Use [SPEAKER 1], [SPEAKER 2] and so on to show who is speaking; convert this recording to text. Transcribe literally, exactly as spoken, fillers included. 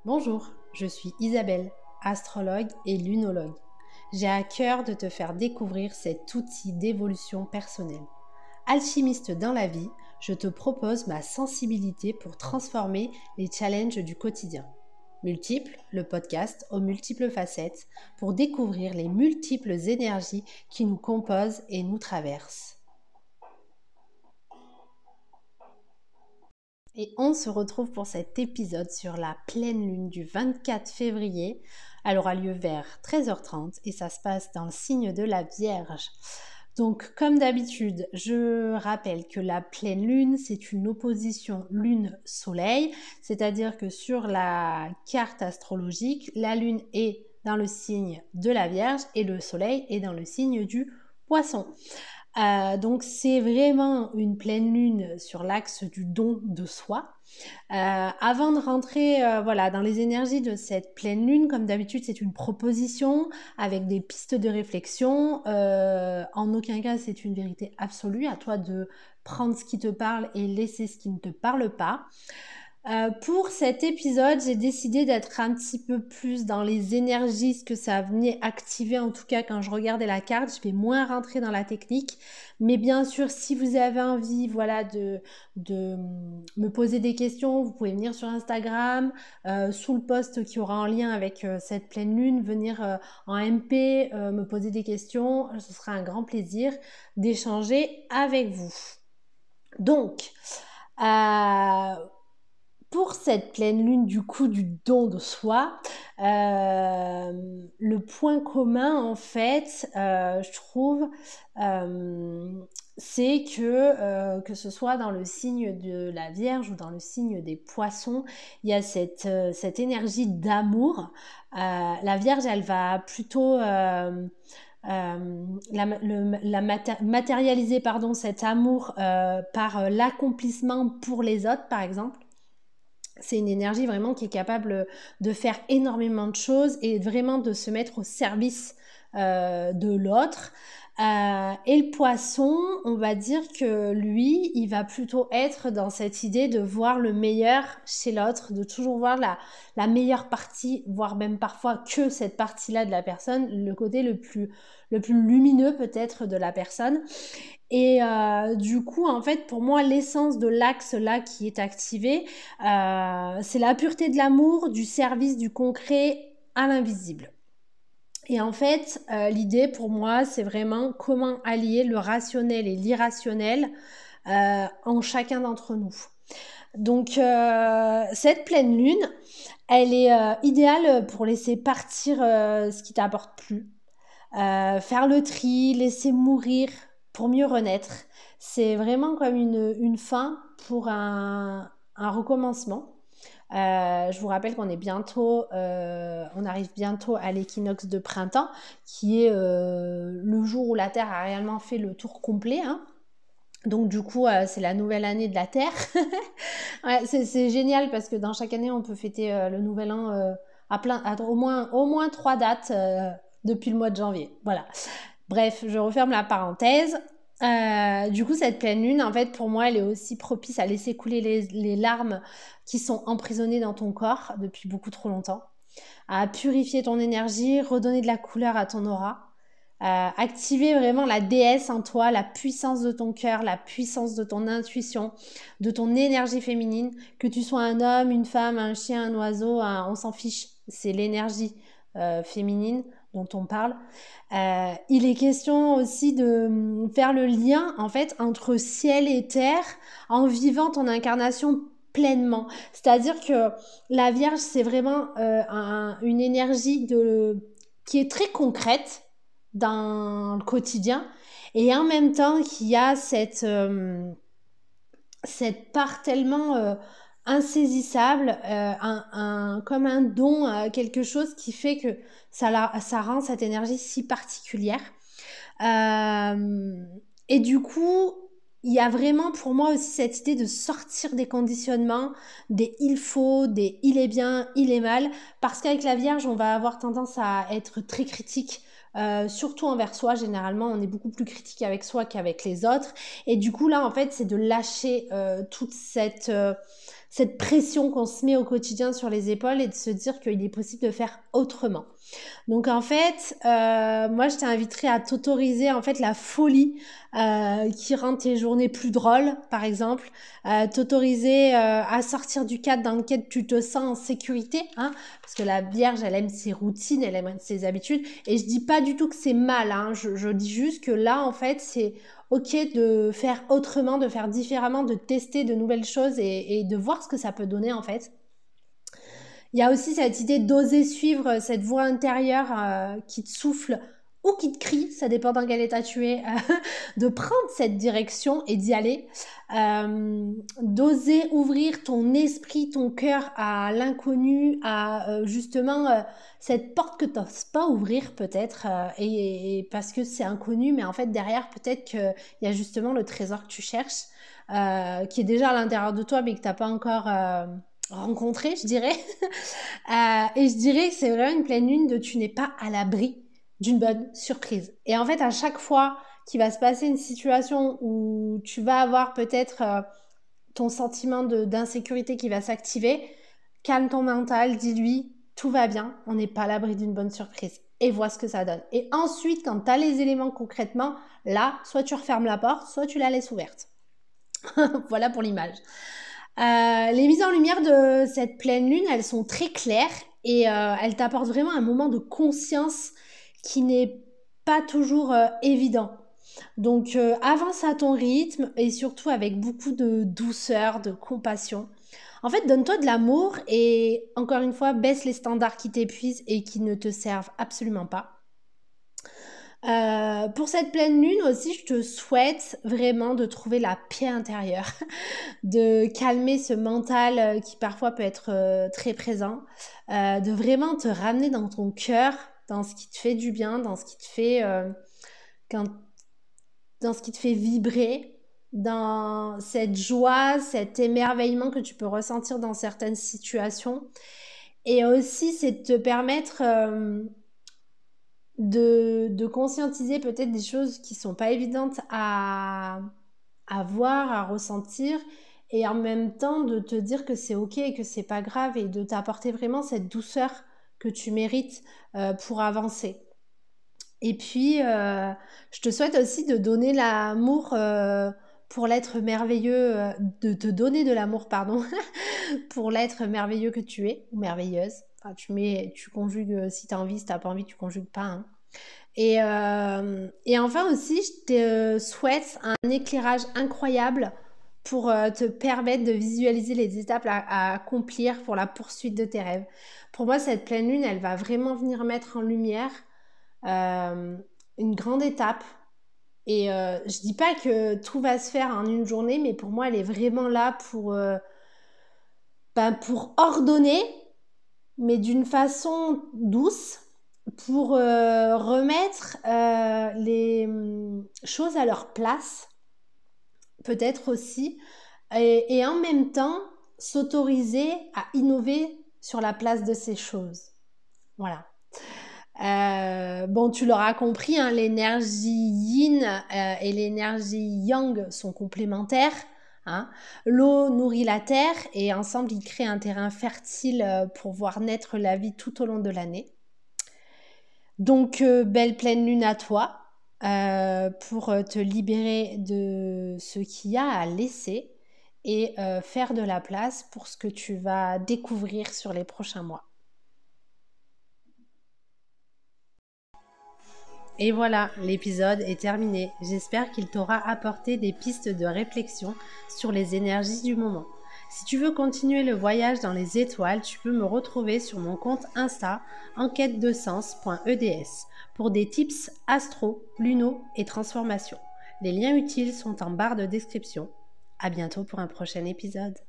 [SPEAKER 1] Bonjour, je suis Isabelle, astrologue et lunologue. J'ai à cœur de te faire découvrir cet outil d'évolution personnelle. Alchimiste dans la vie, je te propose ma sensibilité pour transformer les challenges du quotidien. Multiple, le podcast aux multiples facettes pour découvrir les multiples énergies qui nous composent et nous traversent. Et on se retrouve pour cet épisode sur la pleine lune du vingt-quatre février. Elle aura lieu vers treize heures trente et ça se passe dans le signe de la Vierge. Donc comme d'habitude, je rappelle que la pleine lune, c'est une opposition lune-soleil, c'est-à-dire que sur la carte astrologique, la lune est dans le signe de la Vierge et le soleil est dans le signe du Poisson. Euh, donc c'est vraiment une pleine lune sur l'axe du don de soi. Euh, avant de rentrer euh, voilà, dans les énergies de cette pleine lune, comme d'habitude c'est une proposition avec des pistes de réflexion. Euh, en aucun cas c'est une vérité absolue, à toi de prendre ce qui te parle et laisser ce qui ne te parle pas. Euh, pour cet épisode, j'ai décidé d'être un petit peu plus dans les énergies, ce que ça venait activer en tout cas quand je regardais la carte. Je vais moins rentrer dans la technique. Mais bien sûr, si vous avez envie voilà, de, de me poser des questions, vous pouvez venir sur Instagram, euh, sous le post qui aura un lien avec euh, cette pleine lune, venir euh, en M P, euh, me poser des questions. Ce sera un grand plaisir d'échanger avec vous. Donc, euh, pour cette pleine lune du coup du don de soi, euh, le point commun en fait, euh, je trouve, euh, c'est que euh, que ce soit dans le signe de la Vierge ou dans le signe des Poissons, il y a cette, euh, cette énergie d'amour. Euh, la Vierge, elle va plutôt... Euh, euh, la, le, la maté- matérialiser pardon, cet amour euh, par euh, l'accomplissement pour les autres, par exemple. C'est une énergie vraiment qui est capable de faire énormément de choses et vraiment de se mettre au service euh, de l'autre. Euh, et le Poisson, on va dire que lui, il va plutôt être dans cette idée de voir le meilleur chez l'autre, de toujours voir la, la meilleure partie, voire même parfois que cette partie-là de la personne, le côté le plus, le plus lumineux peut-être de la personne. Et euh, du coup, en fait, pour moi, l'essence de l'axe là qui est activé, euh, c'est la pureté de l'amour, du service, du concret à l'invisible. Et en fait, euh, l'idée pour moi, c'est vraiment comment allier le rationnel et l'irrationnel euh, en chacun d'entre nous. Donc, euh, cette pleine lune, elle est euh, idéale pour laisser partir euh, ce qui t'apporte plus. Euh, faire le tri, laisser mourir pour mieux renaître. C'est vraiment comme une, une fin pour un, un recommencement. Euh, je vous rappelle qu'on est bientôt, euh, on arrive bientôt à l'équinoxe de printemps, qui est euh, le jour où la Terre a réellement fait le tour complet. Hein. Donc du coup, euh, c'est la nouvelle année de la Terre. Ouais, c'est, c'est génial parce que dans chaque année, on peut fêter euh, le nouvel an euh, à plein, à, au moins, au moins trois dates euh, depuis le mois de janvier. Voilà. Bref, je referme la parenthèse. Euh, du coup, cette pleine lune, en fait, pour moi, elle est aussi propice à laisser couler les, les larmes qui sont emprisonnées dans ton corps depuis beaucoup trop longtemps, à purifier ton énergie, redonner de la couleur à ton aura, euh, activer vraiment la déesse en toi, la puissance de ton cœur, la puissance de ton intuition, de ton énergie féminine, que tu sois un homme, une femme, un chien, un oiseau, un, on s'en fiche, c'est l'énergie euh, féminine dont on parle. Euh, il est question aussi de faire le lien en fait entre ciel et terre en vivant ton incarnation pleinement. C'est-à-dire que la Vierge, c'est vraiment euh, un, une énergie de, qui est très concrète dans le quotidien et en même temps qu'il y a cette, euh, cette part tellement euh, insaisissable, euh, un, un, comme un don, euh, quelque chose qui fait que ça, la, ça rend cette énergie si particulière. Euh, et du coup, il y a vraiment pour moi aussi cette idée de sortir des conditionnements, des il faut, des il est bien, il est mal, parce qu'avec la Vierge, on va avoir tendance à être très critique, euh, surtout envers soi. Généralement, on est beaucoup plus critique avec soi qu'avec les autres. Et du coup, là, en fait, c'est de lâcher euh, toute cette... Euh, cette pression qu'on se met au quotidien sur les épaules et de se dire qu'il est possible de faire autrement. Donc en fait, euh, moi je t'inviterais à t'autoriser en fait la folie euh, qui rend tes journées plus drôles, par exemple, euh, t'autoriser euh, à sortir du cadre dans lequel tu te sens en sécurité, hein, parce que la Vierge, elle aime ses routines, elle aime ses habitudes, et je dis pas du tout que c'est mal, hein, je, je dis juste que là en fait c'est ok de faire autrement, de faire différemment, de tester de nouvelles choses et, et de voir ce que ça peut donner en fait. Il y a aussi cette idée d'oser suivre cette voix intérieure euh, qui te souffle ou qui te crie, ça dépend dans quel état tu es, de prendre cette direction et d'y aller, euh, d'oser ouvrir ton esprit, ton cœur à l'inconnu, à euh, justement euh, cette porte que tu n'oses pas ouvrir peut-être, euh, et, et parce que c'est inconnu, mais en fait derrière peut-être qu'il y a justement le trésor que tu cherches, euh, qui est déjà à l'intérieur de toi mais que tu n'as pas encore... Euh, rencontré, je dirais. euh, et je dirais que c'est vraiment une pleine lune de tu n'es pas à l'abri d'une bonne surprise. Et en fait, à chaque fois qu'il va se passer une situation où tu vas avoir peut-être euh, ton sentiment de, d'insécurité qui va s'activer, calme ton mental, dis-lui, tout va bien, on n'est pas à l'abri d'une bonne surprise. Et vois ce que ça donne. Et ensuite, quand tu as les éléments concrètement, là, soit tu refermes la porte, soit tu la laisses ouverte. Voilà pour l'image. Euh, les mises en lumière de cette pleine lune, elles sont très claires et euh, elles t'apportent vraiment un moment de conscience qui n'est pas toujours euh, évident. Donc euh, avance à ton rythme et surtout avec beaucoup de douceur, de compassion. En fait, donne-toi de l'amour et encore une fois, baisse les standards qui t'épuisent et qui ne te servent absolument pas. Euh, pour cette pleine lune aussi, je te souhaite vraiment de trouver la paix intérieure, de calmer ce mental euh, qui parfois peut être euh, très présent, euh, de vraiment te ramener dans ton cœur, dans ce qui te fait du bien, dans ce qui te fait, euh, quand, dans ce qui te fait vibrer, dans cette joie, cet émerveillement que tu peux ressentir dans certaines situations. Et aussi, c'est de te permettre... Euh, De, de conscientiser peut-être des choses qui sont pas évidentes à, à voir, à ressentir, et en même temps de te dire que c'est ok et que c'est pas grave et de t'apporter vraiment cette douceur que tu mérites euh, pour avancer. Et puis, euh, je te souhaite aussi de donner l'amour euh, pour l'être merveilleux, euh, de te donner de l'amour, pardon, pour l'être merveilleux que tu es, ou merveilleuse. Enfin, tu mets, tu conjugues si tu as envie, si tu n'as pas envie, tu conjugues pas, hein. Et, euh, et enfin aussi, je te souhaite un éclairage incroyable pour euh, te permettre de visualiser les étapes à, à accomplir pour la poursuite de tes rêves. Pour moi, cette pleine lune, elle va vraiment venir mettre en lumière euh, une grande étape. Et euh, je dis pas que tout va se faire en une journée, mais pour moi, elle est vraiment là pour, euh, ben, pour ordonner, mais d'une façon douce, pour euh, remettre euh, les hum, choses à leur place, peut-être aussi, et, et en même temps s'autoriser à innover sur la place de ces choses. Voilà. Euh, bon, tu l'auras compris, hein, l'énergie yin euh, et l'énergie yang sont complémentaires. Hein. L'eau nourrit la terre et ensemble, ils créent un terrain fertile euh, pour voir naître la vie tout au long de l'année. Donc, euh, belle pleine lune à toi euh, pour te libérer de ce qu'il y a à laisser et euh, faire de la place pour ce que tu vas découvrir sur les prochains mois. Et voilà, l'épisode est terminé. J'espère qu'il t'aura apporté des pistes de réflexion sur les énergies du moment. Si tu veux continuer le voyage dans les étoiles, tu peux me retrouver sur mon compte Insta enquête de sens point e d s pour des tips astro, luno et transformation. Les liens utiles sont en barre de description. À bientôt pour un prochain épisode.